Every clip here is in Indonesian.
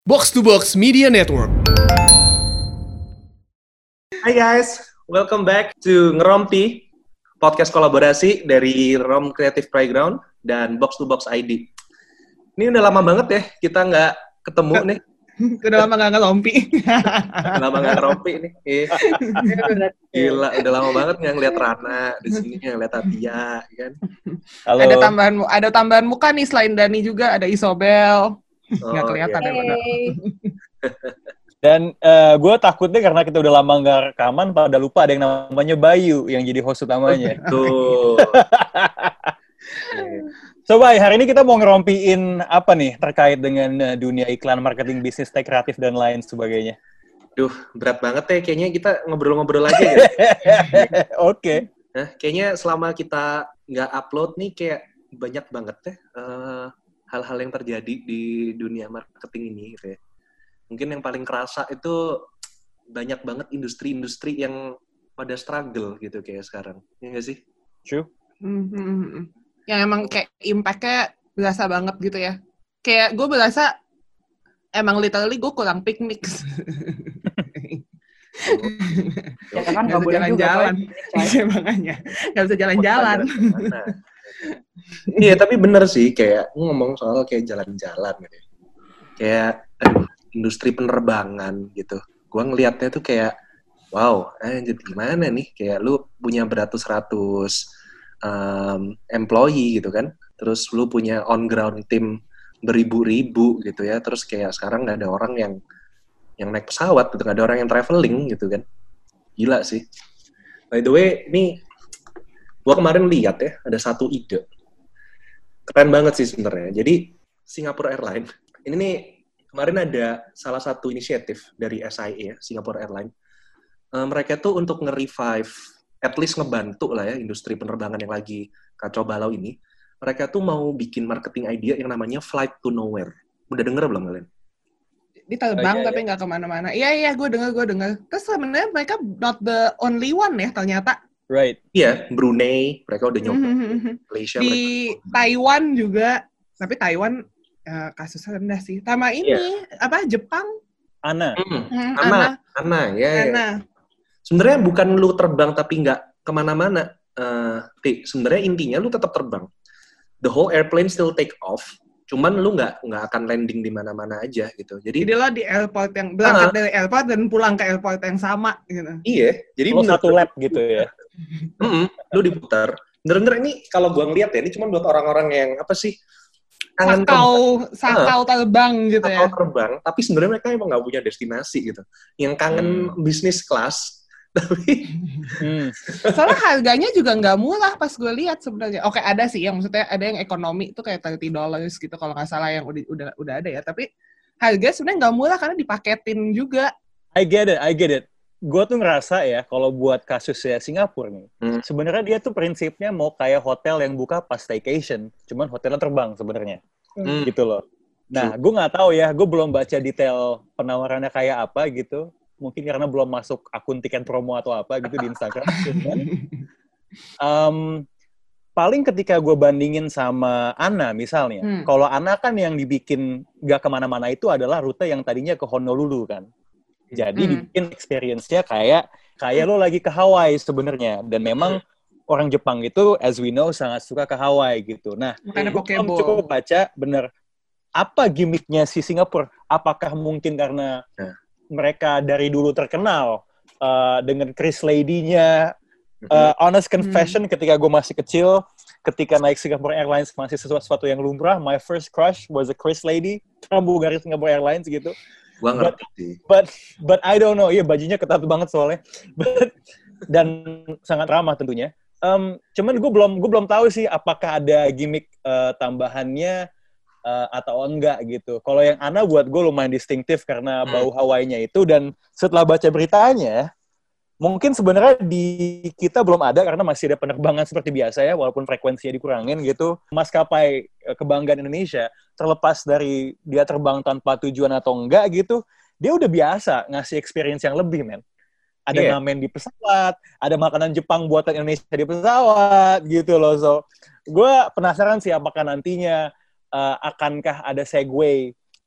Box to Box Media Network. Hai guys, welcome back to Ngerompi, podcast kolaborasi dari Rom Creative Playground dan Box to Box ID. Ini udah lama banget ya kita nggak ketemu nih. Udah lama nggak ngerompi. Udah lama nggak ngerompi nih. Gila, udah lama banget nggak ngeliat Rana di sini, nggak ngeliat Atia, kan? Halo. Ada tambahan muka nih selain Dani juga ada Isobel. Nggak kelihatan ya padahal. Dan gue takutnya karena kita udah lama nggak rekaman, pada lupa ada yang namanya Bayu yang jadi host utamanya. Tuh. So, Bay, hari ini kita mau ngerompiin apa nih terkait dengan dunia iklan, marketing, bisnis, tech, kreatif, dan lain sebagainya. Duh, berat banget ya. Kayaknya kita ngobrol-ngobrol aja ya. Oke. Nah, kayaknya selama kita nggak upload nih kayak banyak banget ya hal-hal yang terjadi di dunia marketing ini gitu ya. Mungkin yang paling kerasa itu banyak banget industri-industri yang pada struggle gitu kayak sekarang. Ya nggak sih? True. Yang emang kayak impact-nya berasa banget gitu ya. Kayak gue berasa emang literally gue kurang piknik. Ya kan nggak bisa jalan-jalan. Iya makanya. Nggak bisa jalan-jalan. Iya, tapi bener sih kayak ngomong soal kayak jalan-jalan gitu. Kayak industri penerbangan gitu. Gua ngelihatnya tuh kayak wow, jadi gimana nih? Kayak lu punya beratus-ratus employee gitu kan. Terus lu punya on ground team beribu-ribu gitu ya. Terus kayak sekarang nggak ada orang yang naik pesawat gitu, nggak ada orang yang traveling gitu kan. Gila sih. By the way, ini gua kemarin lihat ya, ada satu ide. Keren banget sih sebenarnya. Jadi Singapore Airlines, ini nih kemarin ada salah satu inisiatif dari SIA, Singapore Airlines. Mereka tuh untuk nge-revive, at least ngebantu lah ya, industri penerbangan yang lagi kacau balau ini. Mereka tuh mau bikin marketing idea yang namanya Flight to Nowhere. Udah denger belum kalian? Di terbang tapi nggak kemana-mana. Iya, gue dengar. Terus sebenarnya mereka not the only one ya ternyata. Right. Iya, Brunei, mereka udah nyoba. Malaysia, di Taiwan juga. Tapi Taiwan kasusnya rendah sih. Sama ini, Jepang. Ana. Ana, ya. Sebenarnya bukan lu terbang tapi nggak kemana-mana. Sebenarnya intinya lu tetap terbang. The whole airplane still take off. Cuman lu nggak akan landing di mana-mana aja gitu. Jadi lo di airport yang berangkat dari airport dan pulang ke airport yang sama gitu. Iya. Jadi lo satu lap gitu ya. Lu diputar. Bener-bener ini kalau gua ngeliat ya, ini cuma buat orang-orang yang apa sih? Sakau terbang gitu ya. Sakau terbang, tapi sebenarnya mereka emang nggak punya destinasi gitu. Yang kangen bisnis kelas, tapi soalnya harganya juga nggak murah pas gue lihat sebenarnya. Oke, ada sih yang maksudnya ada yang ekonomi itu kayak $30 gitu kalau nggak salah yang udah ada ya. Tapi harga sebenarnya nggak murah karena dipaketin juga. I get it. Gue tuh ngerasa ya, kalau buat kasusnya Singapura nih, sebenarnya dia tuh prinsipnya mau kayak hotel yang buka pas staycation, cuman hotelnya terbang sebenarnya, gitu loh. Nah, gue nggak tahu ya, gue belum baca detail penawarannya kayak apa gitu, mungkin karena belum masuk akun tiket promo atau apa gitu di Instagram. Paling ketika gue bandingin sama Ana misalnya, kalau Ana kan yang dibikin gak kemana-mana itu adalah rute yang tadinya ke Honolulu kan. Jadi dibikin experience-nya kayak lo lagi ke Hawaii sebenarnya. Dan memang orang Jepang itu, as we know, sangat suka ke Hawaii gitu. Nah, gue cukup baca bener apa gimmicknya si Singapura. Apakah mungkin karena mereka dari dulu terkenal dengan Chris Lady-nya. Honest confession, ketika gue masih kecil, ketika naik Singapore Airlines masih sesuatu yang lumrah, my first crush was a Chris Lady, pramugari Singapore Airlines gitu. Gua ngerti. But I don't know, iya bajunya ketat banget soalnya. Dan sangat ramah tentunya. Cuman gue belum tahu sih apakah ada gimmick tambahannya atau enggak gitu. Kalau yang Ana buat gue lumayan distintif karena bau Hawaii-nya itu, dan setelah baca beritanya, mungkin sebenarnya di kita belum ada karena masih ada penerbangan seperti biasa ya, walaupun frekuensinya dikurangin gitu. Maskapai kebanggaan Indonesia, terlepas dari dia terbang tanpa tujuan atau enggak gitu, dia udah biasa ngasih experience yang lebih, men. Ada ngamen di pesawat, ada makanan Jepang buatan Indonesia di pesawat gitu loh. So, gue penasaran sih apakah nantinya akankah ada segue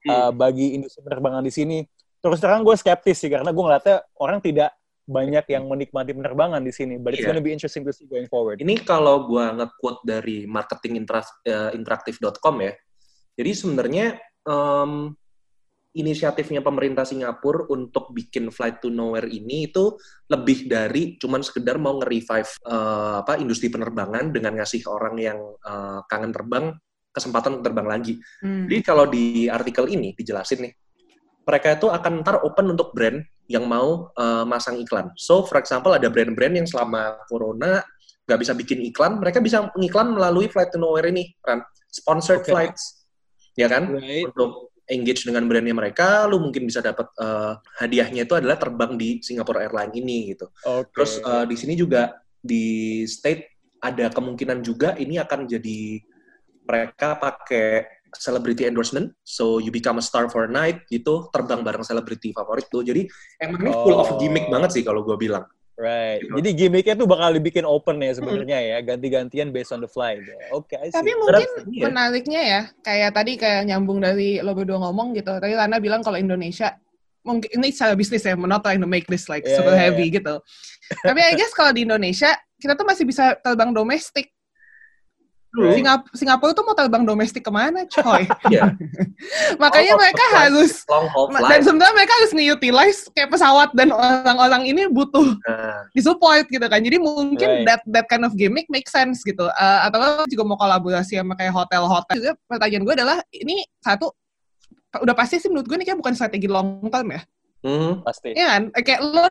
bagi industri penerbangan di sini. Terus terang gue skeptis sih, karena gue ngeliatnya orang tidak banyak yang menikmati penerbangan di sini. But it's gonna be interesting to see going forward. Ini kalau gue nge-quote dari marketinginteraktif.com ya. Jadi sebenarnya inisiatifnya pemerintah Singapura untuk bikin Flight to Nowhere ini itu lebih dari cuman sekedar mau nge-revive industri penerbangan dengan ngasih orang yang kangen terbang kesempatan untuk terbang lagi. Jadi kalau di artikel ini dijelasin nih, mereka itu akan ntar open untuk brand yang mau masang iklan. So, for example, ada brand-brand yang selama Corona nggak bisa bikin iklan, mereka bisa mengiklan melalui Flight to Nowhere ini, kan? Sponsored flights, ya kan? Right. Untuk engage dengan brandnya mereka, lu mungkin bisa dapat hadiahnya itu adalah terbang di Singapore Airlines ini, gitu. Terus di sini juga di state ada kemungkinan juga ini akan jadi mereka pakai celebrity endorsement, so you become a star for a night, gitu, terbang bareng selebriti favorit tuh. Jadi emang ini full of gimmick banget sih kalau gue bilang. Right. Gitu. Jadi gimmicknya tuh bakal dibikin open ya sebenarnya ya, ganti-gantian based on the flight. Oke. Tapi mungkin menariknya ya, kayak tadi kayak nyambung dari lo berdua ngomong gitu. Tadi Lana bilang kalau Indonesia mungkin ini secara bisnis ya, not trying to make this like super heavy gitu. Tapi I guess kalau di Indonesia kita tuh masih bisa terbang domestik. Singapura tuh mau terbang domestik kemana, coy? Makanya mereka harus, dan sebenarnya mereka harus nge-utilize kayak pesawat dan orang-orang ini butuh disupport gitu kan. Jadi mungkin that kind of gimmick make sense gitu. Atau juga mau kolaborasi sama kayak hotel-hotel. Juga pertanyaan gue adalah, ini satu, udah pasti sih menurut gue ini kayak bukan strategi long term ya. Pasti. Iya kan? Kayak lo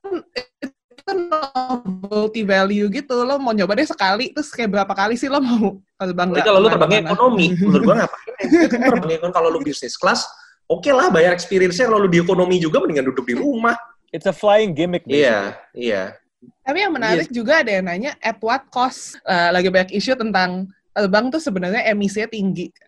multi value gitu, lo mau nyoba deh sekali, terus kayak berapa kali sih lo mau terbang? Kalau lo terbangnya ekonomi, menurut gua ngapain? Kalau lo bisnis kelas, oke lah bayar experience-nya. Kalau lo di ekonomi juga mendingan duduk di rumah. It's a flying gimmick. Iya. Tapi yang menarik juga ada yang nanya at what cost. Lagi banyak isu tentang terbang tuh sebenarnya emisinya tinggi kan.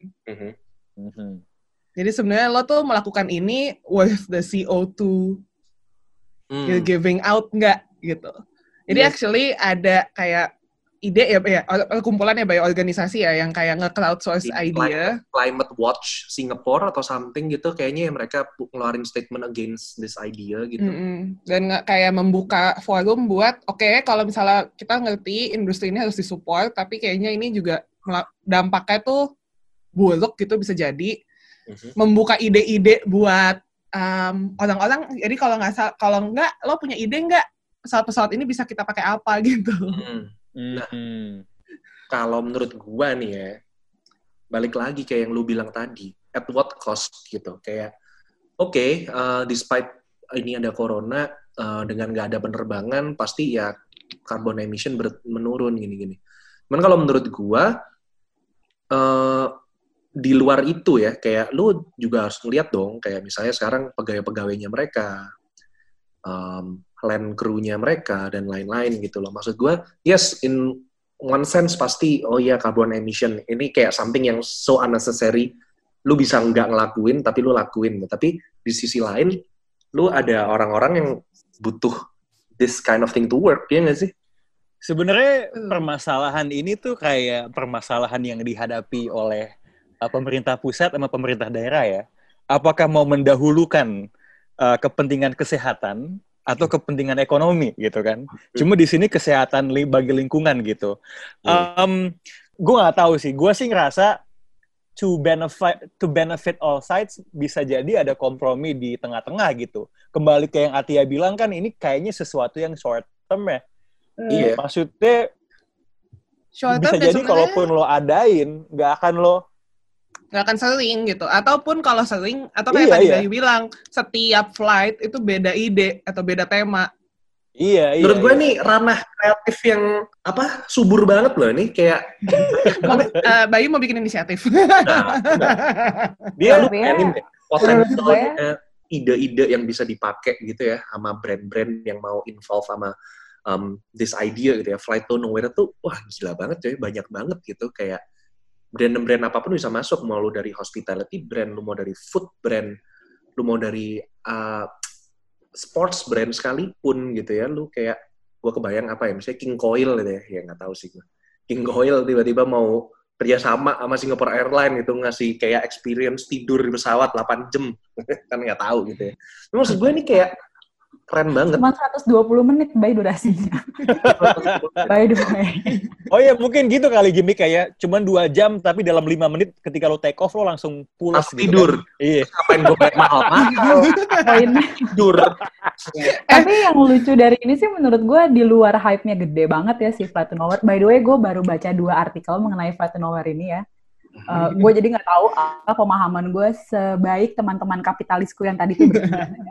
Jadi sebenarnya lo tuh melakukan ini worth the CO2 you're giving out nggak gitu. Jadi actually ada kayak ide ya kumpulan ya organisasi ya yang kayak nge-crowdsource idea. Climate Watch Singapore atau something gitu kayaknya mereka ngeluarin statement against this idea gitu. Dan kayak membuka forum buat kalau misalnya kita ngerti industri ini harus disupport, tapi kayaknya ini juga dampaknya tuh buruk gitu bisa jadi. Membuka ide-ide buat orang-orang, jadi kalau nggak lo punya ide nggak pesawat-pesawat ini bisa kita pakai apa gitu. Nah, kalau menurut gua nih ya, balik lagi kayak yang lu bilang tadi, at what cost gitu. Kayak, despite ini ada corona, dengan nggak ada penerbangan, pasti ya carbon emission menurun gini-gini. Cuman kalau menurut gua, di luar itu ya, kayak lu juga harus ngeliat dong, kayak misalnya sekarang pegawai-pegawainya mereka, land crew-nya mereka, dan lain-lain gitu loh. Maksud gue, yes, in one sense pasti, carbon emission, ini kayak something yang so unnecessary, lu bisa nggak ngelakuin, tapi lu lakuin. Tapi di sisi lain, lu ada orang-orang yang butuh this kind of thing to work, ya nggak sih? Sebenarnya permasalahan ini tuh kayak permasalahan yang dihadapi oleh pemerintah pusat sama pemerintah daerah ya. Apakah mau mendahulukan kepentingan kesehatan atau kepentingan ekonomi gitu kan? Cuma di sini kesehatan bagi lingkungan gitu. Gue nggak tahu sih. Gue sih ngerasa to benefit all sides bisa jadi ada kompromi di tengah-tengah gitu. Kembali ke yang Atia bilang kan ini kayaknya sesuatu yang short term ya. Iya. Maksudnya bisa jadi kalaupun lo adain nggak akan sering gitu. Ataupun kalau sering, atau kayak tadi Bayu bilang, setiap flight itu beda ide atau beda tema. Iya. Menurut gue nih ranah kreatif yang subur banget loh ini kayak. Bayu mau bikin inisiatif. Dia lu pengen deh potensialnya ide-ide yang bisa dipakai gitu ya sama brand-brand yang mau involve sama this idea gitu ya. Flight to Nowhere tuh wah gila banget coy, banyak banget gitu kayak. Brand apapun bisa masuk, mau lu dari hospitality brand, lu mau dari food brand, lu mau dari sports brand sekalipun gitu ya, lu kayak, gue kebayang misalnya King Coil gitu ya nggak tahu sih gue. King Coil tiba-tiba mau kerjasama sama Singapore Airlines itu ngasih kayak experience tidur di pesawat 8 jam. Kan nggak tahu gitu ya. Tapi maksud gue ini kayak keren banget. Cuma 120 menit by durasinya. By the way. Oh ya mungkin gitu kali gimmick kayak cuman 2 jam tapi dalam 5 menit ketika lo take off lo langsung pulas gitu tidur. Kan? Iya. Ngapain gue bayar mahal-mahal. Tidur. Tapi yang lucu dari ini sih menurut gue di luar hype-nya gede banget ya si Flight to Nowhere. By the way gue baru baca 2 artikel mengenai Flight to Nowhere ini ya. Gue jadi nggak tahu apa pemahaman gue sebaik teman-teman kapitalisku yang tadi itu berbicara.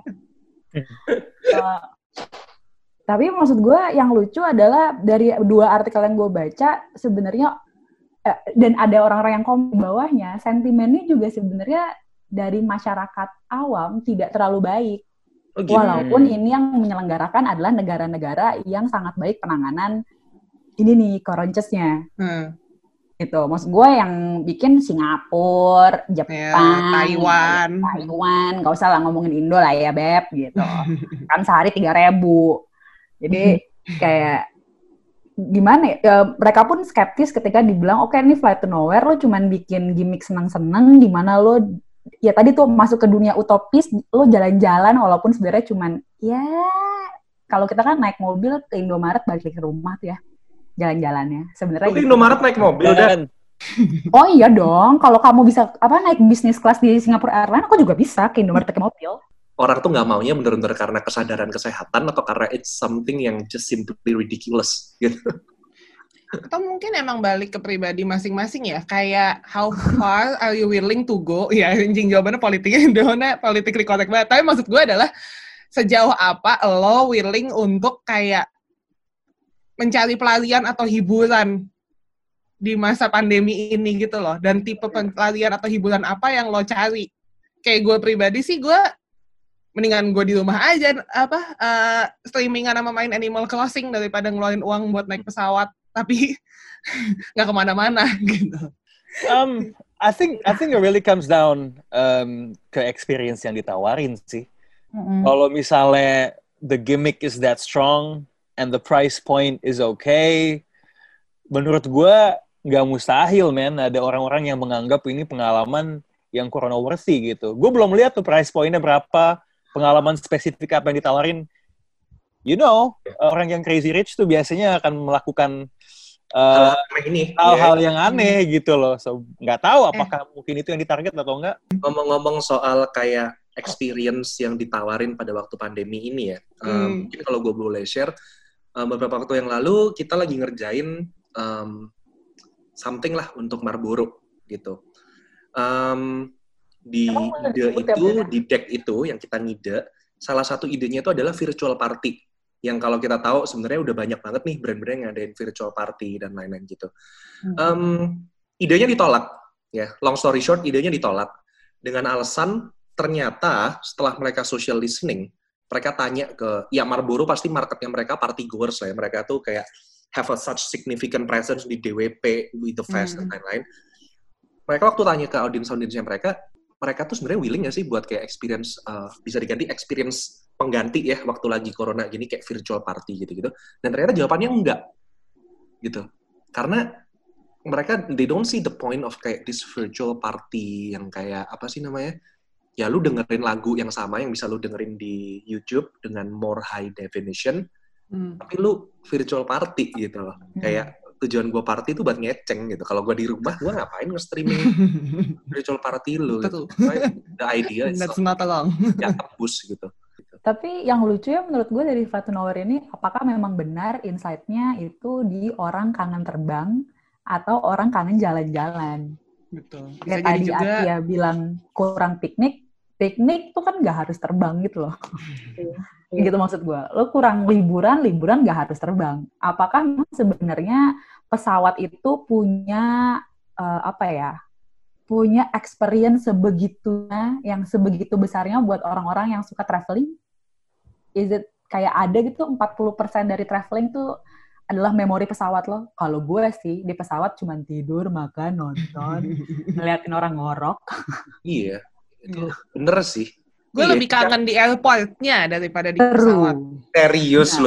Tapi maksud gue yang lucu adalah dari 2 artikel yang gue baca sebenarnya dan ada orang-orang yang komen di bawahnya sentimennya juga sebenarnya dari masyarakat awam tidak terlalu baik. Walaupun ini yang menyelenggarakan adalah negara-negara yang sangat baik penanganan ini nih koroncesnya. Gitu. Maksud gue yang bikin Singapura, Jepang, Taiwan, nggak usah lah ngomongin Indo lah ya Beb, gitu. Kan sehari 3.000. Jadi kayak gimana ya, mereka pun skeptis ketika dibilang, oke ini Flight to Nowhere, lo cuman bikin gimmick seneng-seneng, dimana lo, ya tadi tuh masuk ke dunia utopis, lo jalan-jalan walaupun sebenarnya cuman, ya kalau kita kan naik mobil ke Indomaret balik ke rumah tuh ya. Jalan-jalannya sebenarnya gitu. Indomaret naik mobil dan oh iya dong, kalau kamu bisa naik bisnis kelas di Singapore Airlines, aku juga bisa ke Indomaret pakai mobil. Orang tuh nggak maunya bener-bener karena kesadaran kesehatan atau karena it's something yang just simply ridiculous gitu. Atau mungkin emang balik ke pribadi masing-masing ya, kayak how far are you willing to go? Ya anjing jawabannya politiknya Indonesia politically correct banget. Tapi maksud gue adalah sejauh apa lo willing untuk kayak mencari pelarian atau hiburan di masa pandemi ini gitu loh. Dan tipe pelarian atau hiburan apa yang lo cari. Kayak gue pribadi sih, gue mendingan gue di rumah aja, streamingan sama main Animal Crossing daripada ngeluarin uang buat naik pesawat. Tapi nggak kemana-mana gitu. I think it really comes down ke experience yang ditawarin sih. Kalau misalnya the gimmick is that strong, and the price point is okay, menurut gue nggak mustahil, man. Ada orang-orang yang menganggap ini pengalaman yang corona worthy gitu. Gue belum lihat tuh price point-nya berapa, pengalaman spesifik apa yang ditawarin. You know, orang yang crazy rich tuh biasanya akan melakukan hal-hal yang aneh gitu loh. So, nggak tahu apakah mungkin itu yang ditarget atau enggak. Ngomong-ngomong soal kayak experience yang ditawarin pada waktu pandemi ini ya, mungkin kalau gue boleh share, beberapa waktu yang lalu kita lagi ngerjain something lah untuk Marlboro gitu. Di ide itu, di deck itu yang kita ngide, salah satu idenya itu adalah virtual party. Yang kalau kita tahu sebenarnya udah banyak banget nih brand-brand yang ngadain virtual party dan lain-lain gitu. Idenya ditolak, ya. Long story short, idenya ditolak dengan alasan ternyata setelah mereka social listening, mereka tanya ke, ya Marlboro pasti marketnya mereka party goers lah ya. Mereka tuh kayak have a such significant presence di DWP, with the fest, dan lain-lain. Mereka waktu tanya ke audiens-audiensnya mereka tuh sebenarnya willing nggak sih buat kayak experience, bisa diganti experience pengganti ya waktu lagi corona gini kayak virtual party gitu-gitu. Dan ternyata jawabannya enggak. Gitu. Karena mereka, they don't see the point of kayak this virtual party yang kayak, apa sih namanya? Ya lu dengerin lagu yang sama yang bisa lu dengerin di YouTube dengan more high definition, tapi lu virtual party gitu loh. Kayak tujuan gue party itu buat ngeceng gitu. Kalau gue di rumah, gue ngapain nge-streaming virtual party lu gitu. The idea is that's not along. Ya tembus gitu. Tapi yang lucu ya menurut gue dari Flight to Nowhere ini, apakah memang benar insight-nya itu di orang kangen terbang atau orang kangen jalan-jalan? Betul. Kayak tadi Atia bilang kurang piknik tuh kan nggak harus terbang gitu loh. Gitu maksud gue. Lo kurang liburan nggak harus terbang. Apakah sebenarnya pesawat itu punya punya experience sebegitunya, yang sebegitu besarnya buat orang-orang yang suka traveling? Is it kayak ada gitu 40% dari traveling tuh adalah memori pesawat lo? Kalau gue sih di pesawat cuma tidur, makan, nonton, ngeliatin orang ngorok. Iya, itu bener sih. Gue lebih kangen di airport-nya daripada di pesawat. Serius loh.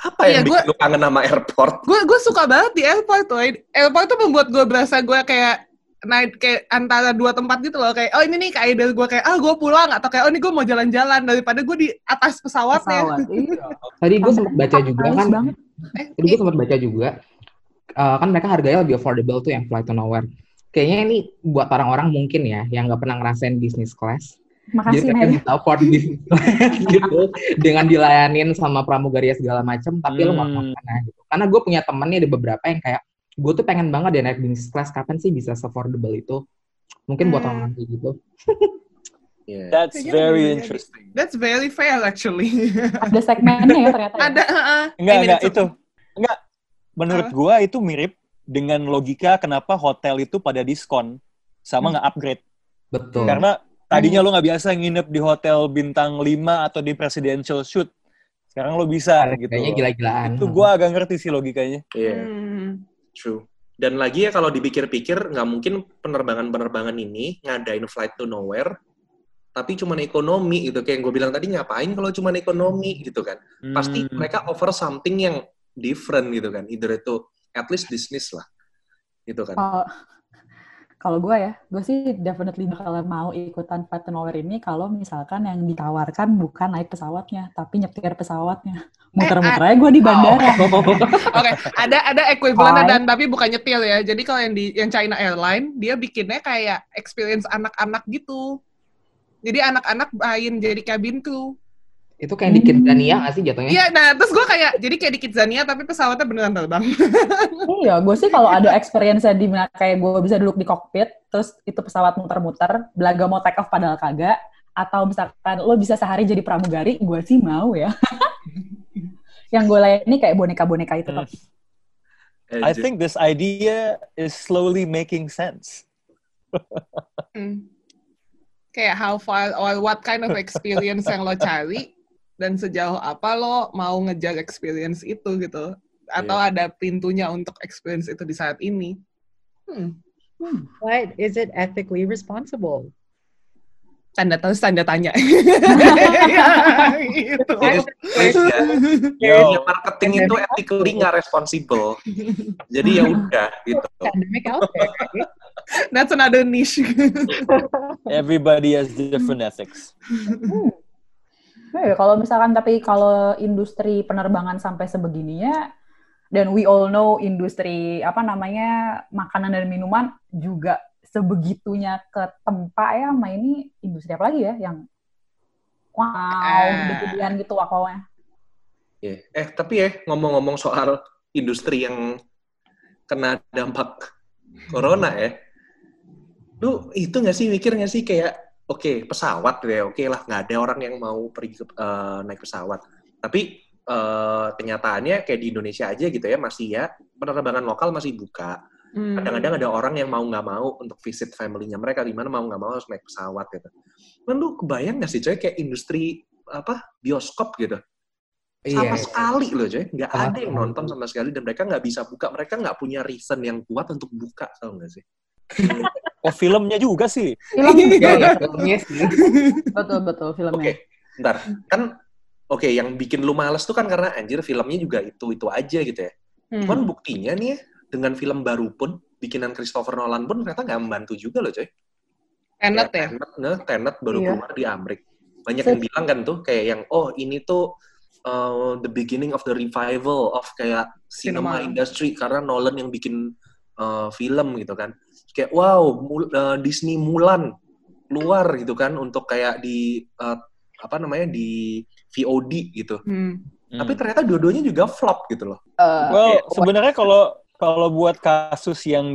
Apa yang bikin lu kangen sama airport? Gue suka banget di airport tuh. Airport tuh membuat gue berasa gue kayak naik kayak antara dua tempat gitu loh. Kayak oh ini nih kayak dari gue kayak gue pulang atau kayak oh ini gue mau jalan-jalan daripada gue di atas pesawatnya. Iya. Tadi gue sempat baca juga kan. Tadi gue sempat baca juga kan mereka harganya lebih affordable tuh yang Flight to Nowhere. Kayaknya ini buat orang-orang mungkin ya yang nggak pernah ngerasain business class. Makasih, jadi mereka bisa afford business class gitu dengan dilayanin sama pramugari segala macam, tapi lo nggak kemana gitu. Karena gue punya temen nih ada beberapa yang kayak gue tuh pengen banget deh naik business class, kapan sih bisa affordable itu? Mungkin buat orang kayak gitu. Yeah. That's very interesting. That's very fair actually. Ada segmennya ya ternyata. Ada. Enggak itu. Enggak. Menurut gue itu mirip dengan logika kenapa hotel itu pada diskon sama nge-upgrade. Betul. Karena tadinya lo nggak biasa nginep di hotel bintang 5 atau di presidential suite. Sekarang lo bisa gitu. Kayaknya gila-gilaan. Itu gue agak ngerti sih logikanya. Iya, true. Dan lagi ya kalau dipikir-pikir, nggak mungkin penerbangan-penerbangan ini ngadain Flight to Nowhere, tapi cuma ekonomi gitu. Kayak yang gue bilang tadi, ngapain kalau cuma ekonomi gitu kan. Pasti mereka offer something yang different gitu kan. Either itu, at least business lah. Gitu kan. Kalau gue sih definitely bakalan mau ikutan Flight to Nowhere ini kalau misalkan yang ditawarkan bukan naik pesawatnya, tapi nyetir pesawatnya. Muter-muter aja gue di bandara. Oke, ada equivalent dan tapi bukan nyetir ya. Jadi kalau yang China Airline, dia bikinnya kayak experience anak-anak gitu. Jadi anak-anak main jadi cabin crew. Itu kayak di Kidzania nggak sih jatuhnya? Iya, nah terus gue kayak, jadi kayak di Kidzania tapi pesawatnya beneran terbang. Iya, gue sih kalau ada experience-nya di mana kayak gue bisa duduk di cockpit, terus itu pesawat muter-muter, belaga mau take off padahal kagak, atau misalkan lo bisa sehari jadi pramugari, gue sih mau ya. Yang gue layak ini kayak boneka-boneka itu. I think this idea is slowly making sense. Kayak how far or what kind of experience yang lo cari, dan sejauh apa lo mau ngejar experience itu gitu. Atau ada pintunya untuk experience itu di saat ini. But is it ethically responsible? Tanda tanya. Gitu. Ya, marketing itu ethically nggak responsible. Jadi ya udah gitu. Pandemic out there, right? That's another niche. Everybody has different ethics. Kalau misalkan kalau industri penerbangan sampai sebegininya, dan we all know industri makanan dan minuman juga sebegitunya ketempa ya, sama ini industri apa lagi ya yang gede-gedean gitu wakawnya. Tapi ngomong-ngomong soal industri yang kena dampak corona ya, lu itu mikir nggak sih kayak oke, pesawat ya oke lah, nggak ada orang yang mau pergi naik pesawat, tapi kenyataannya kayak di Indonesia aja gitu ya, masih ya penerbangan lokal masih buka. Kadang-kadang ada orang yang mau nggak mau untuk visit family-nya mereka, di mana mau nggak mau harus naik pesawat gitu. Kan lu kebayang nggak sih coy kayak industri bioskop gitu? Sama sekali loh coy, nggak ada yang nonton sama sekali, dan mereka nggak bisa buka, mereka nggak punya reason yang kuat untuk buka, tau nggak sih? Filmnya juga sih. Filmnya sih. Betul filmnya. Oke, bentar. Kan yang bikin lu males tuh kan karena anjir filmnya juga itu aja gitu ya. Cuman buktinya nih ya, dengan film baru pun, bikinan Christopher Nolan pun ternyata nggak membantu juga loh coy. Tenet ya? Tenet baru keluar di Amerika. Banyak yang bilang kan tuh, kayak yang, ini tuh the beginning of the revival of kayak cinema industry, karena Nolan yang bikin film gitu kan. Kayak wow, Disney Mulan keluar gitu kan untuk kayak di di VOD gitu. Tapi ternyata dua-duanya juga flop gitu loh. Sebenarnya kalau buat kasus yang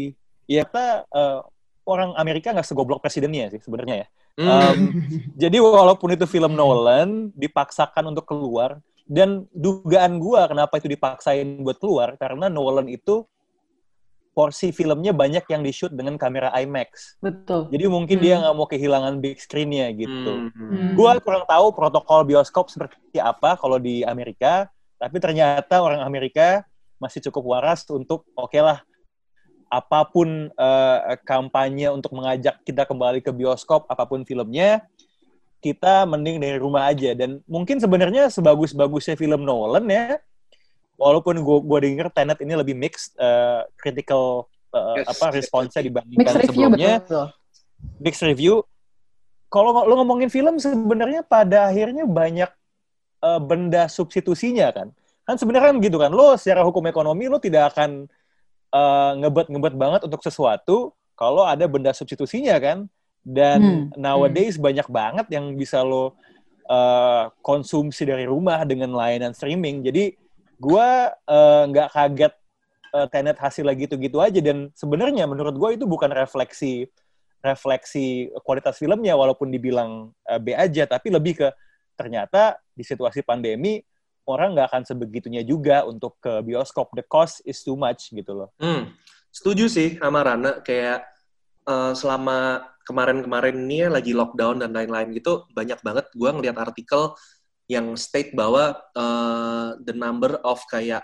orang Amerika nggak segoblok presidennya sih sebenarnya ya. Jadi walaupun itu film Nolan dipaksakan untuk keluar, dan dugaan gua kenapa itu dipaksain buat keluar karena Nolan itu porsi filmnya banyak yang di-shoot dengan kamera IMAX. Betul. Jadi mungkin dia nggak mau kehilangan big screen-nya gitu. Gua kurang tahu protokol bioskop seperti apa kalau di Amerika, tapi ternyata orang Amerika masih cukup waras untuk apapun kampanye untuk mengajak kita kembali ke bioskop, apapun filmnya, kita mending dari rumah aja. Dan mungkin sebenarnya sebagus-bagusnya film Nolan ya, walaupun gue denger Tenet ini lebih mixed, critical responsnya dibandingkan sebelumnya. Mixed review. Kalau lo ngomongin film sebenarnya pada akhirnya banyak benda substitusinya kan. Kan sebenarnya kan gitu kan. Lo secara hukum ekonomi lo tidak akan ngebet banget untuk sesuatu kalau ada benda substitusinya kan. Dan nowadays banyak banget yang bisa lo konsumsi dari rumah dengan layanan streaming. Jadi gue nggak kaget Tenet hasilnya gitu-gitu aja. Dan sebenarnya menurut gue itu bukan refleksi kualitas filmnya walaupun dibilang B aja, tapi lebih ke ternyata di situasi pandemi orang nggak akan sebegitunya juga untuk ke bioskop. The cost is too much gitu loh. Setuju sih sama Rana, kayak selama kemarin-kemarin ini ya lagi lockdown dan lain-lain gitu, banyak banget gue ngeliat artikel yang state bahwa the number of kayak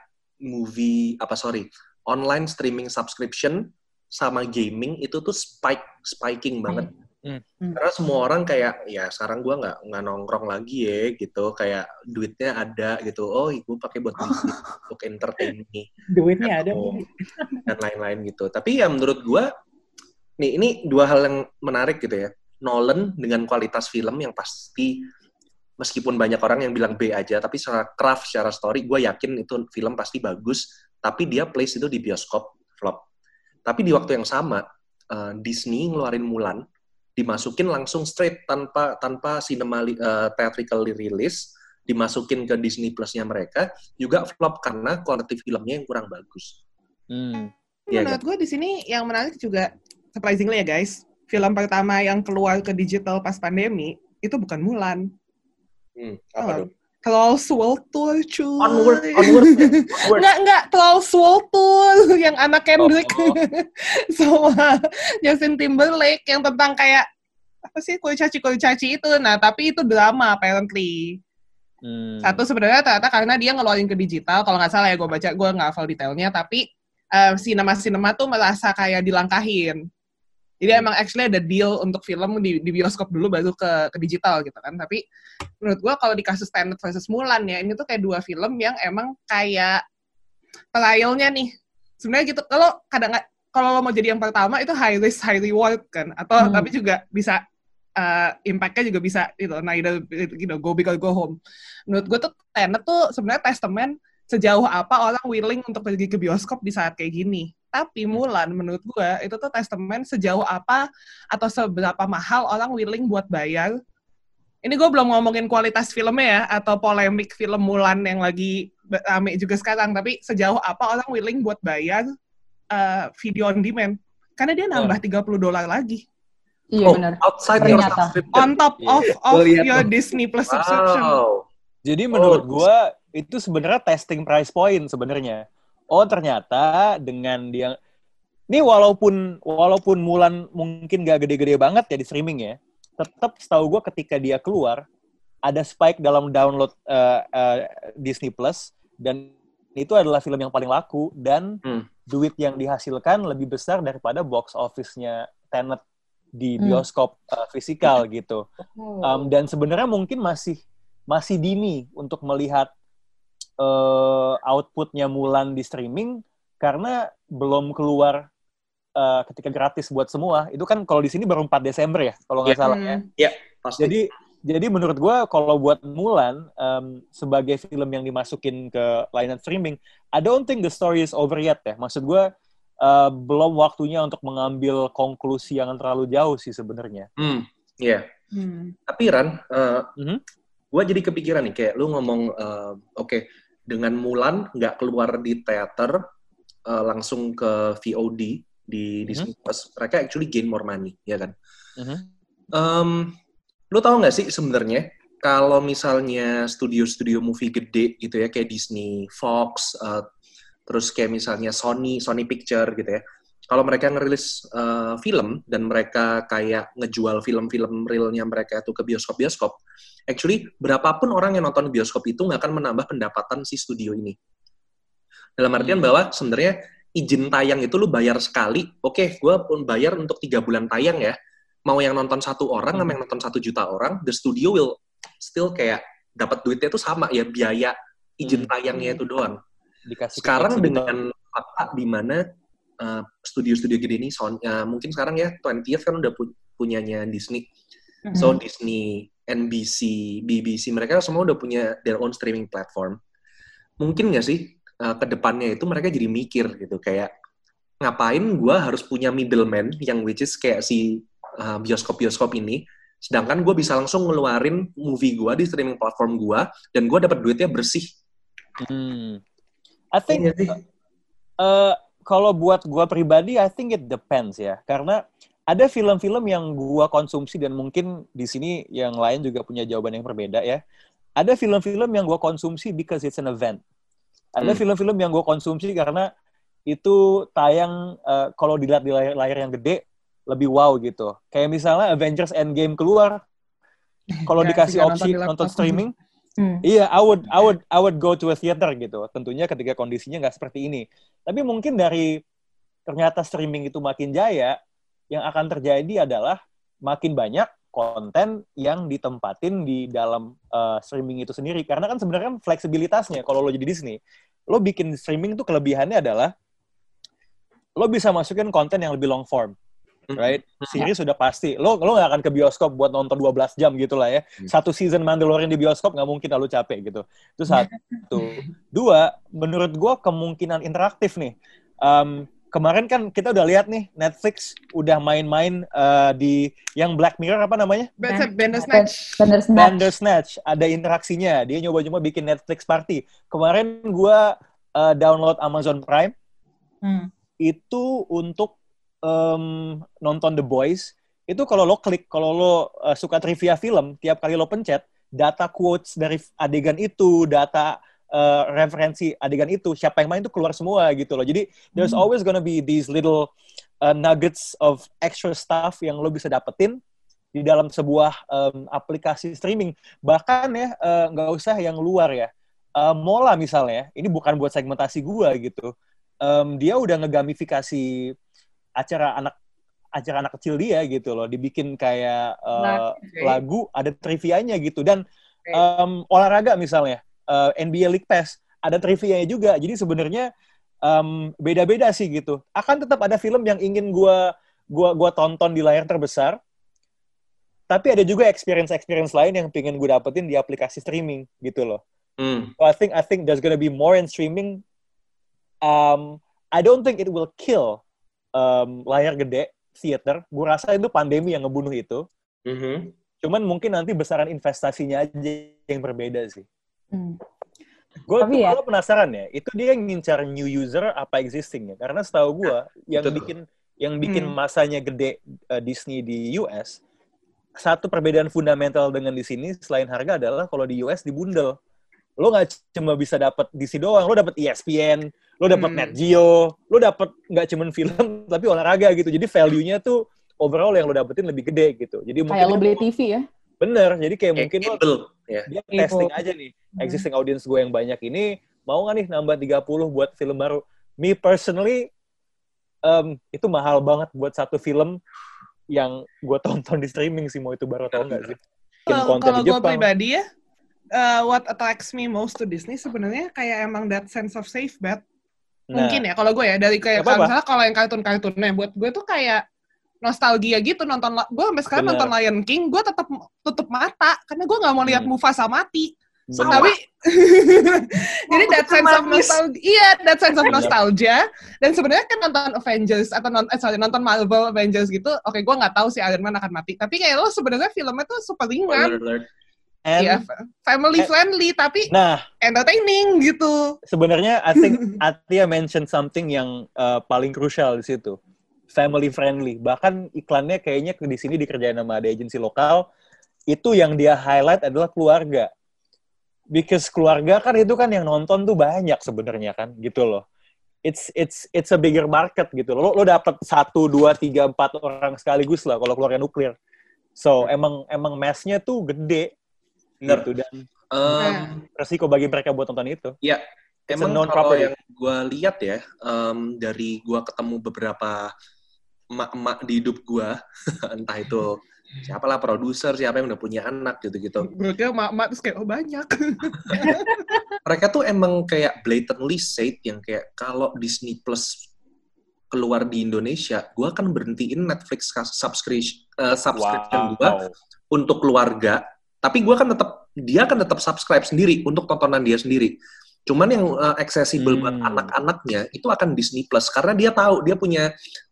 online streaming subscription sama gaming itu tuh spiking banget. Karena semua orang kayak, ya sekarang gue nggak nongkrong lagi ya gitu, kayak duitnya ada gitu, gue pakai buat bisnis untuk entertain nih. Duitnya ada dan lain-lain gitu. Tapi ya menurut gue, nih ini dua hal yang menarik gitu ya. Nolan dengan kualitas film yang pasti, meskipun banyak orang yang bilang B aja, tapi secara craft, secara story, gue yakin itu film pasti bagus. Tapi dia place itu di bioskop flop. Tapi di waktu yang sama, Disney ngeluarin Mulan, dimasukin langsung straight tanpa theatrical release, dimasukin ke Disney Plus-nya mereka, juga flop karena kualitas filmnya yang kurang bagus. Menurut gue di sini yang menarik juga, surprisingly ya guys, film pertama yang keluar ke digital pas pandemi, itu bukan Mulan. Apa dong? Klaus Walter, cuy. Onward. Enggak, Klaus Walter yang anak Kendrick. Sama Justin Timberlake yang tentang kayak apa sih kurcaci itu. Nah, tapi itu drama apparently. Satu sebenarnya ternyata karena dia ngeluarin ke digital, kalau nggak salah ya gue baca, gue nggak hafal detailnya, tapi sinema tuh merasa kayak dilangkahin. Jadi emang actually ada deal untuk film di bioskop dulu baru ke digital gitu kan. Tapi menurut gue kalau di kasus Tenet versus Mulan ya, ini tuh kayak dua film yang emang kayak trialnya nih. Sebenarnya gitu, kalau lo mau jadi yang pertama itu high risk, high reward kan. Atau tapi juga bisa, impact-nya juga bisa gitu. Nah, go big or go home. Menurut gue tuh Tenet tuh sebenarnya testament sejauh apa orang willing untuk pergi ke bioskop di saat kayak gini. Tapi Mulan menurut gue itu tuh testament sejauh apa atau seberapa mahal orang willing buat bayar. Ini gue belum ngomongin kualitas filmnya ya, atau polemik film Mulan yang lagi rame juga sekarang, tapi sejauh apa orang willing buat bayar video on demand. Karena dia nambah $30 lagi. Iya benar. Outside your subscription. On top of your Disney Plus subscription. Jadi menurut gue itu sebenarnya testing price point sebenarnya. Ternyata dengan dia ini walaupun Mulan mungkin gak gede-gede banget ya di streaming ya, tetap setahu gue ketika dia keluar ada spike dalam download Disney Plus, dan itu adalah film yang paling laku dan duit yang dihasilkan lebih besar daripada box office-nya Tenet di bioskop fisikal gitu. Dan sebenarnya mungkin masih dini untuk melihat outputnya Mulan di streaming karena belum keluar ketika gratis buat semua. Itu kan kalau di sini baru 4 Desember ya, kalau nggak salah ya. Iya, pasti. Jadi menurut gue kalau buat Mulan sebagai film yang dimasukin ke layanan streaming, I don't think the story is over yet ya. Maksud gue belum waktunya untuk mengambil konklusi yang terlalu jauh sih sebenarnya. Iya. Tapi Ran, gue jadi kepikiran nih, kayak lu ngomong, oke, dengan Mulan nggak keluar di teater, langsung ke VOD di Disney Plus, mereka actually gain more money, ya kan? Lu tahu nggak sih sebenarnya kalau misalnya studio-studio movie gede gitu ya, kayak Disney, Fox, terus kayak misalnya Sony Picture gitu ya, kalau mereka ngerilis film dan mereka kayak ngejual film-film realnya mereka itu ke bioskop-bioskop, actually berapapun orang yang nonton bioskop itu nggak akan menambah pendapatan si studio ini. Dalam artian bahwa sebenarnya izin tayang itu lu bayar sekali, oke, gue pun bayar untuk 3 bulan tayang ya, mau yang nonton 1 orang sama yang nonton 1 juta orang, the studio will still kayak dapat duitnya itu sama ya, biaya izin tayangnya itu doang. Dikasih sekarang gitu. dengan fakta di mana studio-studio gede ini, mungkin sekarang ya 20th kan udah punyanya Disney. So Disney, NBC, BBC, mereka semua udah punya their own streaming platform. Mungkin nggak sih ke depannya itu mereka jadi mikir gitu, kayak ngapain gue harus punya middleman yang which is kayak si bioskop-bioskop ini, sedangkan gue bisa langsung ngeluarin movie gue di streaming platform gue, dan gue dapat duitnya bersih. I think kalau buat gue pribadi, I think it depends ya, karena ada film-film yang gue konsumsi dan mungkin di sini yang lain juga punya jawaban yang berbeda ya. Ada film-film yang gue konsumsi because it's an event. Ada film-film yang gue konsumsi karena itu tayang kalau dilihat di layar yang gede lebih wow gitu. Kayak misalnya Avengers Endgame keluar, kalau dikasih opsi nonton streaming, iya, I would go to a theater gitu. Tentunya ketika kondisinya nggak seperti ini. Tapi mungkin dari ternyata streaming itu makin jaya, yang akan terjadi adalah makin banyak konten yang ditempatin di dalam streaming itu sendiri. Karena kan sebenarnya kan fleksibilitasnya, kalau lo jadi Disney, lo bikin streaming itu kelebihannya adalah lo bisa masukin konten yang lebih long form, right? Series sudah pasti. Lo nggak akan ke bioskop buat nonton 12 jam gitu lah ya. Satu season Mandalorian di bioskop nggak mungkin lo capek gitu. Itu satu. Dua, menurut gue kemungkinan interaktif nih. Kemarin kan kita udah lihat nih, Netflix udah main-main di yang Black Mirror apa namanya? Bandersnatch. Ada interaksinya. Dia nyoba-nyoba bikin Netflix party. Kemarin gue download Amazon Prime. Itu untuk nonton The Boys. Itu kalau lo klik, kalau lo suka trivia film, tiap kali lo pencet, data quotes dari adegan itu, data referensi adegan itu, siapa yang main itu keluar semua gitu loh. Jadi there's always gonna be these little nuggets of extra stuff yang lo bisa dapetin di dalam sebuah aplikasi streaming. Bahkan ya nggak usah yang luar ya. Mola misalnya, ini bukan buat segmentasi gua gitu. Dia udah ngegamifikasi acara anak kecil dia gitu loh. Dibikin kayak lagu, ada trivianya gitu. Dan olahraga misalnya. NBA League Pass ada trivia-nya juga. Jadi sebenarnya beda-beda sih gitu. Akan tetap ada film yang ingin gua tonton di layar terbesar. Tapi ada juga experience lain yang pengen gue dapetin di aplikasi streaming gitu loh. So I think there's gonna be more in streaming. I don't think it will kill layar gede theater. Gue rasa itu pandemi yang ngebunuh itu. Cuman mungkin nanti besaran investasinya aja yang berbeda sih. Gue tuh penasaran ya, itu dia yang ngincar new user apa existing ya? Karena setahu gue yang bikin masanya gede Disney di US, satu perbedaan fundamental dengan di sini selain harga adalah kalau di US dibundle. Lo nggak cuma bisa dapat DC doang, lo dapat ESPN, lo dapat Net Geo, lo dapat nggak cuma film tapi olahraga gitu. Jadi value-nya tuh overall yang lo dapetin lebih gede gitu. Jadi kayak lo beli TV ya? Bener, jadi kayak mungkin dia testing aja nih, existing audience gue yang banyak ini, mau nggak nih nambah 30 buat film baru. Me personally, itu mahal banget buat satu film yang gue tonton di streaming sih, mau itu baru atau enggak sih. Kalau gue pribadi ya, what attracts me most to Disney sebenarnya kayak emang that sense of safe bet. Mungkin ya, kalau gue ya, dari kayak misalnya kalau yang kartun-kartunnya, buat gue tuh kayak nostalgia gitu nonton. Gue sampai sekarang nonton Lion King, gue tetap tutup mata karena gue nggak mau lihat Mufasa mati. Tapi jadi that sense of nostalgia, that sense of nostalgia. Dan sebenarnya kan nonton Avengers atau nonton Marvel Avengers gitu, oke, gue nggak tahu si Iron Man akan mati. Tapi kayak lo sebenarnya filmnya tuh super ringan. Iya, family friendly tapi entertaining gitu. Sebenarnya I think Atia mention something yang paling crucial di situ. Family friendly. Bahkan iklannya kayaknya di sini dikerjain sama ada agensi lokal. Itu yang dia highlight adalah keluarga. Because keluarga kan itu kan yang nonton tuh banyak sebenarnya kan, gitu loh. It's a bigger market gitu. Lo dapat 1, 2, 3, 4 orang sekaligus lah kalau keluarga nuklir. So emang mass-nya tuh gede. Gitu, dan resiko bagi mereka buat nonton itu. Iya. Emang kalau yang gue lihat ya, dari gue ketemu beberapa emak-emak di hidup gue, entah itu siapalah produser, siapa yang udah punya anak gitu-gitu. Gue kira mak-mak terus kayak, oh banyak. Mereka tuh emang kayak blatantly said yang kayak kalau Disney Plus keluar di Indonesia, gue akan berhentiin Netflix subscription gue untuk keluarga. Tapi dia akan tetap subscribe sendiri untuk tontonan dia sendiri. Cuman yang accessible buat anak-anaknya itu akan Disney Plus karena dia tahu dia punya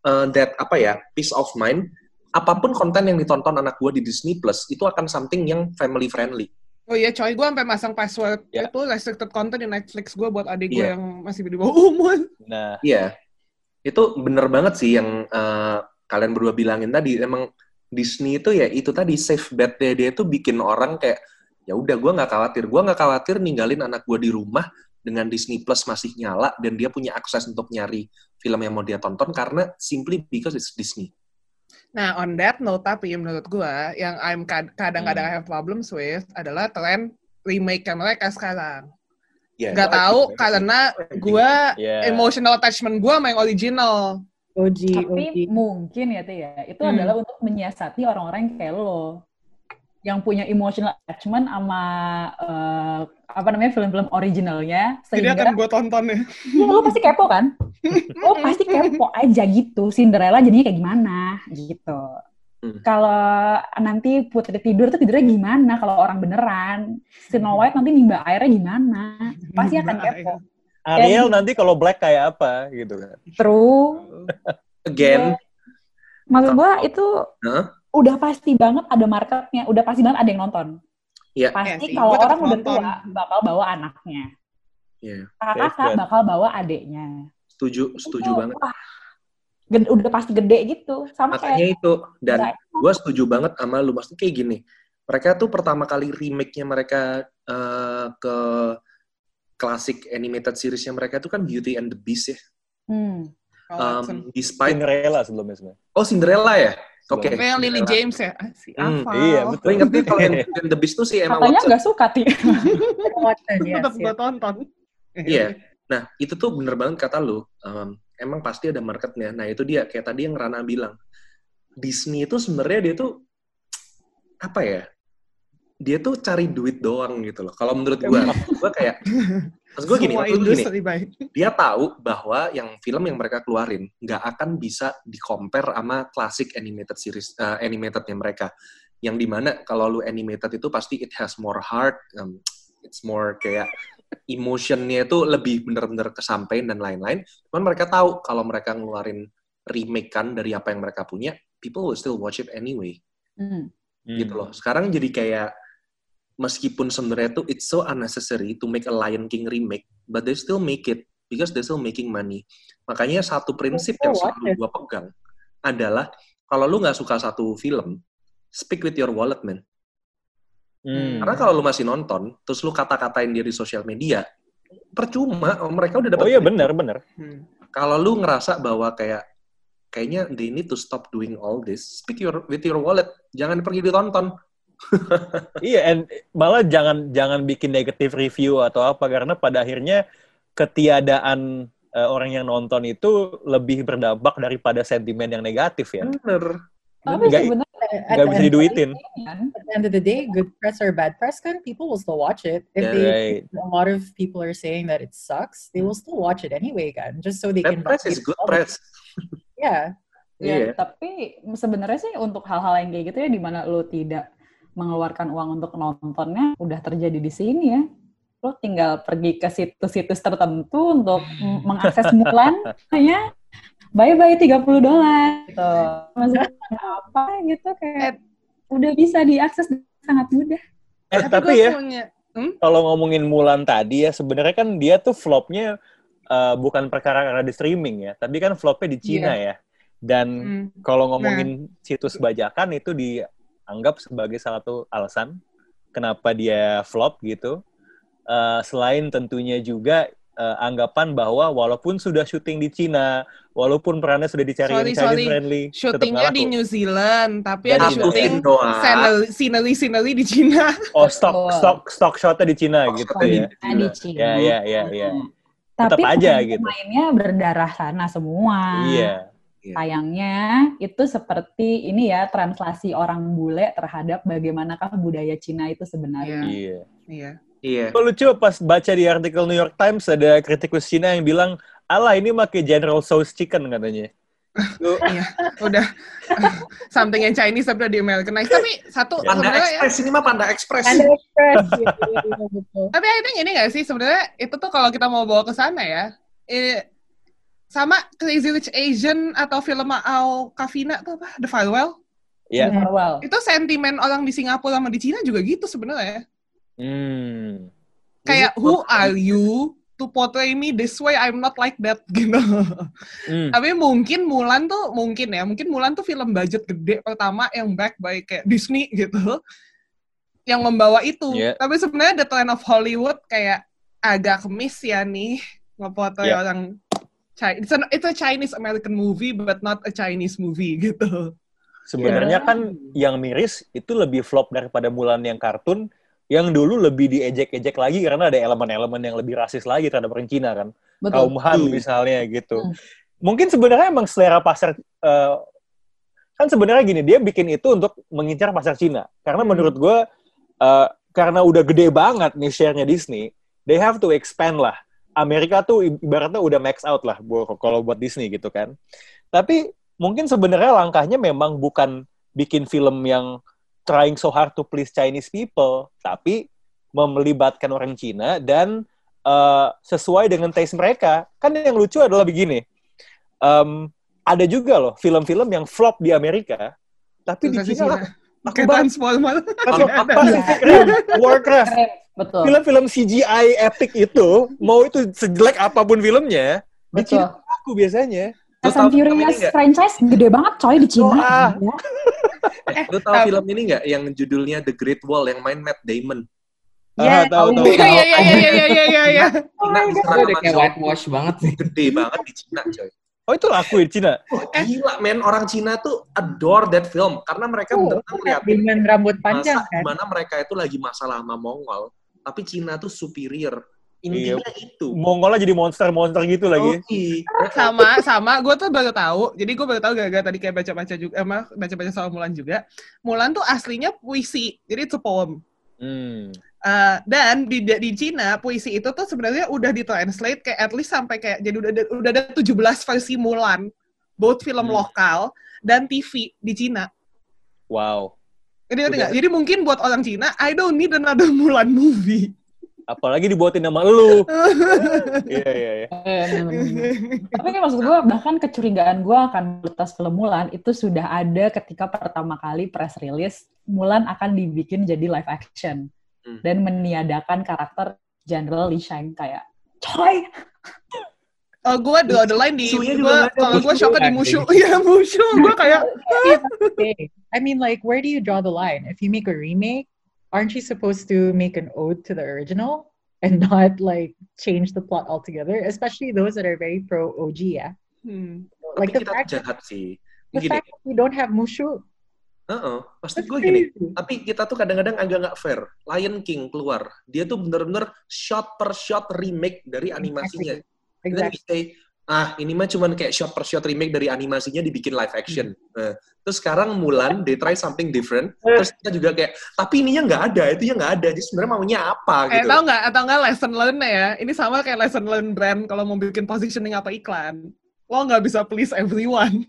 peace of mind. Apapun konten yang ditonton anak gue di Disney Plus itu akan something yang family friendly. Oh iya coy, gue sampai masang password itu restricted content di Netflix gue buat adik gue yang masih di bawah umur. Nah, iya, itu bener banget sih yang kalian berdua bilangin tadi. Emang Disney itu ya itu tadi safe bet-nya dia tuh bikin orang kayak ya udah gue nggak khawatir ninggalin anak gue di rumah dengan Disney Plus masih nyala dan dia punya akses untuk nyari film yang mau dia tonton karena simply because it's Disney. Nah, on that note, tapi menurut gue, yang I'm kadang-kadang have problems with adalah tren remake mereka sekarang. Gak tahu karena gue emotional attachment gue sama yang original. Tapi mungkin ya Teh ya, itu adalah untuk menyiasati orang-orang yang kayak lo, yang punya emotional attachment sama film-film originalnya. Jadi akan gue tonton ya. Ya, lo pasti kepo kan? Lo pasti kepo aja gitu. Cinderella jadinya kayak gimana gitu. Kalau nanti Putri tidur tuh tidurnya gimana? Kalau orang beneran. Snow White nanti nimba airnya gimana? Pasti akan kepo. Ariel nanti kalau Black kayak apa gitu kan. True. Again. Maksud gue itu udah pasti banget ada marketnya. Udah pasti banget ada yang nonton. Yeah. Pasti kalau orang udah tua bakal bawa anaknya. Kakak bakal bawa adeknya. Setuju banget. Wah, udah pasti gede gitu. Sama makanya kayak itu. Dan gue setuju banget sama lu. Maksudnya kayak gini. Mereka tuh pertama kali remake-nya mereka ke klasik animated series-nya mereka itu kan Beauty and the Beast ya. Despite Cinderella sebelumnya sebenarnya. Oh, Cinderella ya? Oke. Okay. Yang Lily James ya? Iya, betul. Gue inget nih kalau Beauty and the Beast tuh si Emma Watson. Katanya nggak suka, Ti. Tetap gue tonton. Iya. Nah, itu tuh bener banget kata lu. Emang pasti ada marketnya. Nah, itu dia. Kayak tadi yang Rana bilang. Disney itu sebenarnya dia tuh apa ya? Dia tuh cari duit doang gitu loh. Kalau menurut gue kayak, terus gue gini, dia tahu bahwa yang film yang mereka keluarin nggak akan bisa di-compare sama klasik animated series, animatednya mereka. Yang dimana kalau lu animated itu pasti it has more heart, it's more kayak emotionnya itu lebih bener-bener kesampaian dan lain-lain. Cuman mereka tahu kalau mereka ngeluarin remake kan dari apa yang mereka punya, people will still watch it anyway. Gitu loh. Sekarang jadi kayak meskipun sebenarnya itu it's so unnecessary to make a Lion King remake, but they still make it because they're still making money. Makanya satu prinsip yang selalu gue pegang adalah kalau lu nggak suka satu film, speak with your wallet, man. Karena kalau lu masih nonton, terus lu kata-katain dia di sosial media, percuma. Mereka udah dapat. Oh iya benar. Kalau lu ngerasa bahwa kayaknya they need to stop doing all this, speak with your wallet, jangan pergi ditonton. Iya, and malah jangan bikin negative review atau apa karena pada akhirnya ketiadaan orang yang nonton itu lebih berdampak daripada sentimen yang negatif ya. Bener. Tapi sebenarnya nggak bisa diduitin. At the end of the day, good press or bad press kan, people will still watch it. If a lot of people are saying that it sucks, they will still watch it anyway kan, just so they can. Bad press is good press. Yeah. Ya, tapi sebenarnya sih untuk hal-hal yang kayak gitu ya, di mana lo tidak mengeluarkan uang untuk nontonnya, udah terjadi di sini ya. Lo tinggal pergi ke situs-situs tertentu untuk mengakses Mulan, hanya bye-bye $30 gitu. Maksudnya apa gitu, kayak udah bisa diakses sangat mudah. Tapi ya, kalau ngomongin Mulan tadi ya, sebenarnya kan dia tuh flopnya bukan perkara karena di streaming ya, tapi kan flopnya di Cina ya. Dan kalau ngomongin situs bajakan itu dianggap sebagai salah satu alasan kenapa dia flop gitu. Selain tentunya juga anggapan bahwa walaupun sudah syuting di Cina, walaupun perannya sudah dicari yang Chinese friendly, syutingnya di New Zealand, tapi ada syuting scenery di Cina. Oh, stock shotnya di Cina gitu ya. Di Cina. Ya. Tapi tetap aja gitu. Pemainnya berdarah sana semua. Iya. Sayangnya itu seperti ini ya, translasi orang bule terhadap bagaimanakah budaya Cina itu sebenarnya. Iya. Lucu pas baca di artikel New York Times ada kritikus Cina yang bilang, "Alah, ini pakai General Tso's chicken," katanya. Iya, udah something yang Chinese tapi udah di Americanize. Tapi satu Panda Express ini mah Panda Express. Tapi I think ini nggak sih sebenarnya itu tuh kalau kita mau bawa ke sana ya, sama Crazy Rich Asian atau film Ao Kavina tuh apa? The Farewell. Iya. Farewell. Itu sentimen orang di Singapura sama di Cina juga gitu sebenarnya. Kayak who are you to portray me this way? I'm not like that gitu. Tapi mungkin Mulan tuh film budget gede pertama yang backed by kayak Disney gitu. Yang membawa itu. Tapi sebenarnya the trend of Hollywood kayak agak miss ya nih ngeportray orang It's a Chinese American movie but not a Chinese movie gitu. Sebenarnya kan yang miris itu lebih flop daripada Mulan yang kartun, yang dulu lebih diejek-ejek lagi karena ada elemen-elemen yang lebih rasis lagi terhadap orang Cina kan. Betul. Kaum Han misalnya gitu. Mungkin sebenarnya emang selera pasar kan sebenarnya gini, dia bikin itu untuk mengincar pasar Cina. Karena menurut gue karena udah gede banget nih share-nya Disney, they have to expand lah. Amerika tuh ibaratnya udah max out lah kalau buat Disney gitu kan. Tapi mungkin sebenarnya langkahnya memang bukan bikin film yang trying so hard to please Chinese people, tapi melibatkan orang Cina dan sesuai dengan taste mereka. Kan yang lucu adalah begini, ada juga loh film-film yang flop di Amerika, tapi di Cina pakai Transformer. Pacific Rim, Warcraft. Betul. Film-film CGI epic itu, mau itu sejelek apapun filmnya, di Cina aku biasanya. Fast and Furious franchise gede banget coy di Cina. Lu tahu film ini nggak yang judulnya The Great Wall yang main Matt Damon? Tahu. Iya. Itu udah kayak whitewash banget sih. Gede banget di Cina coy. Oh itu laku di Cina? Gila men, orang Cina tuh adore that film karena mereka benar-benar ngeliatin dengan rambut panjang masa kan. Dimana mereka itu lagi masalah sama Mongol, tapi Cina tuh superior. Intinya itu. Mongolnya jadi monster-monster gitu lagi. Sama. Gue tuh baru tahu. Jadi gue baru tahu gara-gara tadi kayak baca-baca juga, baca-baca soal Mulan juga. Mulan tuh aslinya puisi, jadi itu poem. Dan di Cina puisi itu tuh sebenarnya udah ditranslate kayak at least sampai kayak jadi udah ada 17 versi Mulan, both film lokal dan TV di Cina. Wow. Jadi mungkin buat orang Cina, I don't need another Mulan movie. Apalagi dibuatin nama lu. Iya. Tapi kan maksud gue, bahkan kecurigaan gue akan kualitas film Mulan itu sudah ada ketika pertama kali press release Mulan akan dibikin jadi live action. Dan meniadakan karakter General Li Shang kayak coy. Gue draw the line di kalau gue shocknya di Mushu. Iya, Mushu. Gue kayak I mean like where do you draw the line? If you make a remake, aren't you supposed to make an ode to the original and not like change the plot altogether? Especially those that are very pro OG ya. Like the fact jahat sih. The fact that we don't have Mushu. Pasti gue gini. Tapi kita tuh kadang-kadang agak nggak fair. Lion King keluar, dia tuh bener-bener shot per shot remake dari animasinya. Exactly. Say, ini mah cuman kayak shot per shot remake dari animasinya dibikin live action. Terus sekarang Mulan, they try something different. Terus kita juga kayak, tapi ininya nggak ada, itunya nggak ada. Jadi sebenarnya maunya apa gitu? Atau nggak lesson learn ya? Ini sama kayak lesson learn brand kalau mau bikin positioning apa iklan. Lo nggak bisa please everyone.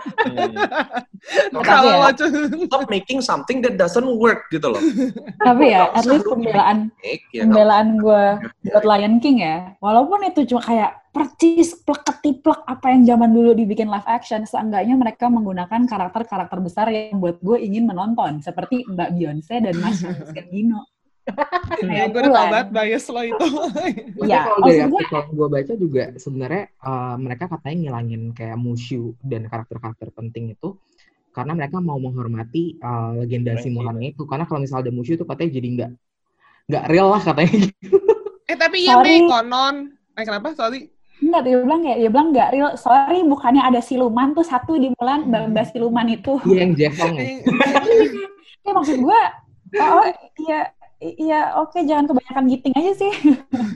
Kalau stop making something that doesn't work gitu loh. Tapi ya, at least pembelaan gue buat Lion King ya, walaupun itu cuma kayak percis plek-ketiplek apa yang zaman dulu dibikin live action, seenggaknya mereka menggunakan karakter-karakter besar yang buat gue ingin menonton, seperti Mbak Beyonce dan Mas Gino. Ya, gue udah tau banget bias lo itu. Ya, kalau dari artikel gue baca juga sebenarnya mereka katanya ngilangin kayak Mushu dan karakter-karakter penting itu karena mereka mau menghormati legenda si Mulan itu. Karena kalau misalnya ada Mushu itu katanya jadi nggak real lah katanya. Tapi iya nih konon. Kenapa? Sorry. Enggak, dia bilang nggak real. Sorry, bukannya ada siluman tuh satu di Mulan, Mbak siluman itu. Iya, yang Jefong. Ya maksud gue, iya, oke, jangan kebanyakan giting aja sih.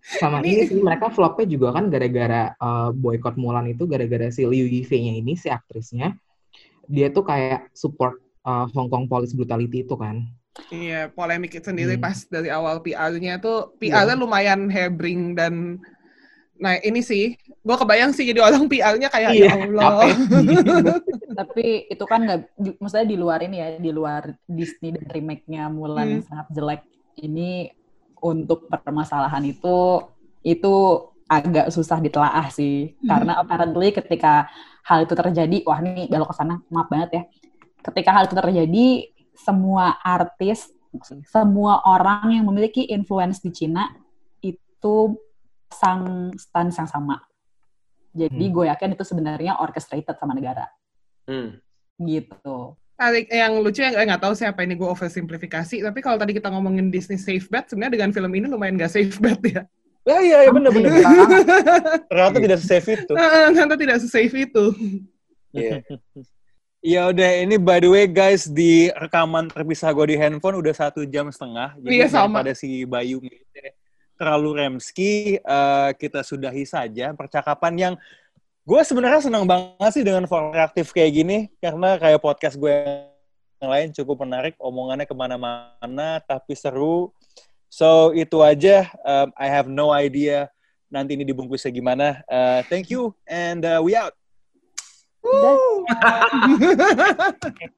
Sama ini sih, mereka flopnya juga kan gara-gara boykot Mulan itu, gara-gara si Liu Yifei-nya ini, si aktrisnya. Dia tuh kayak support Hong Kong police brutality itu kan. Iya, polemik itu sendiri pas dari awal PR-nya tuh, PR-nya lumayan hebring dan nah ini sih, gue kebayang sih jadi orang PR-nya kayak ya Allah. Tapi itu kan nggak, maksudnya di luar ini ya, di luar Disney dan remake-nya Mulan yang sangat jelek ini, untuk permasalahan itu agak susah ditelaah sih. Karena apparently ketika hal itu terjadi, wah ini belok ke sana, maaf banget ya. Ketika hal itu terjadi, semua artis, semua orang yang memiliki influence di Cina itu sang stans yang sama. Jadi gue yakin itu sebenarnya orchestrated sama negara. Gitu. Yang lucu yang nggak tahu siapa ini, gue oversimplifikasi, tapi kalau tadi kita ngomongin Disney safe bet, sebenarnya dengan film ini lumayan nggak safe bet ya. Iya benar-benar. Ternyata tidak se-safe itu. Ternyata tidak se-safe itu. Iya. Ya udah, ini by the way guys, di rekaman terpisah gue di handphone udah 1,5 jam. Jadi daripada si Bayu terlalu remski, kita sudahi saja percakapan yang gue sebenarnya senang banget sih dengan format reaktif kayak gini, karena kayak podcast gue yang lain cukup menarik, omongannya kemana-mana tapi seru. So itu aja. I have no idea nanti ini dibungkusnya gimana. Thank you and we out.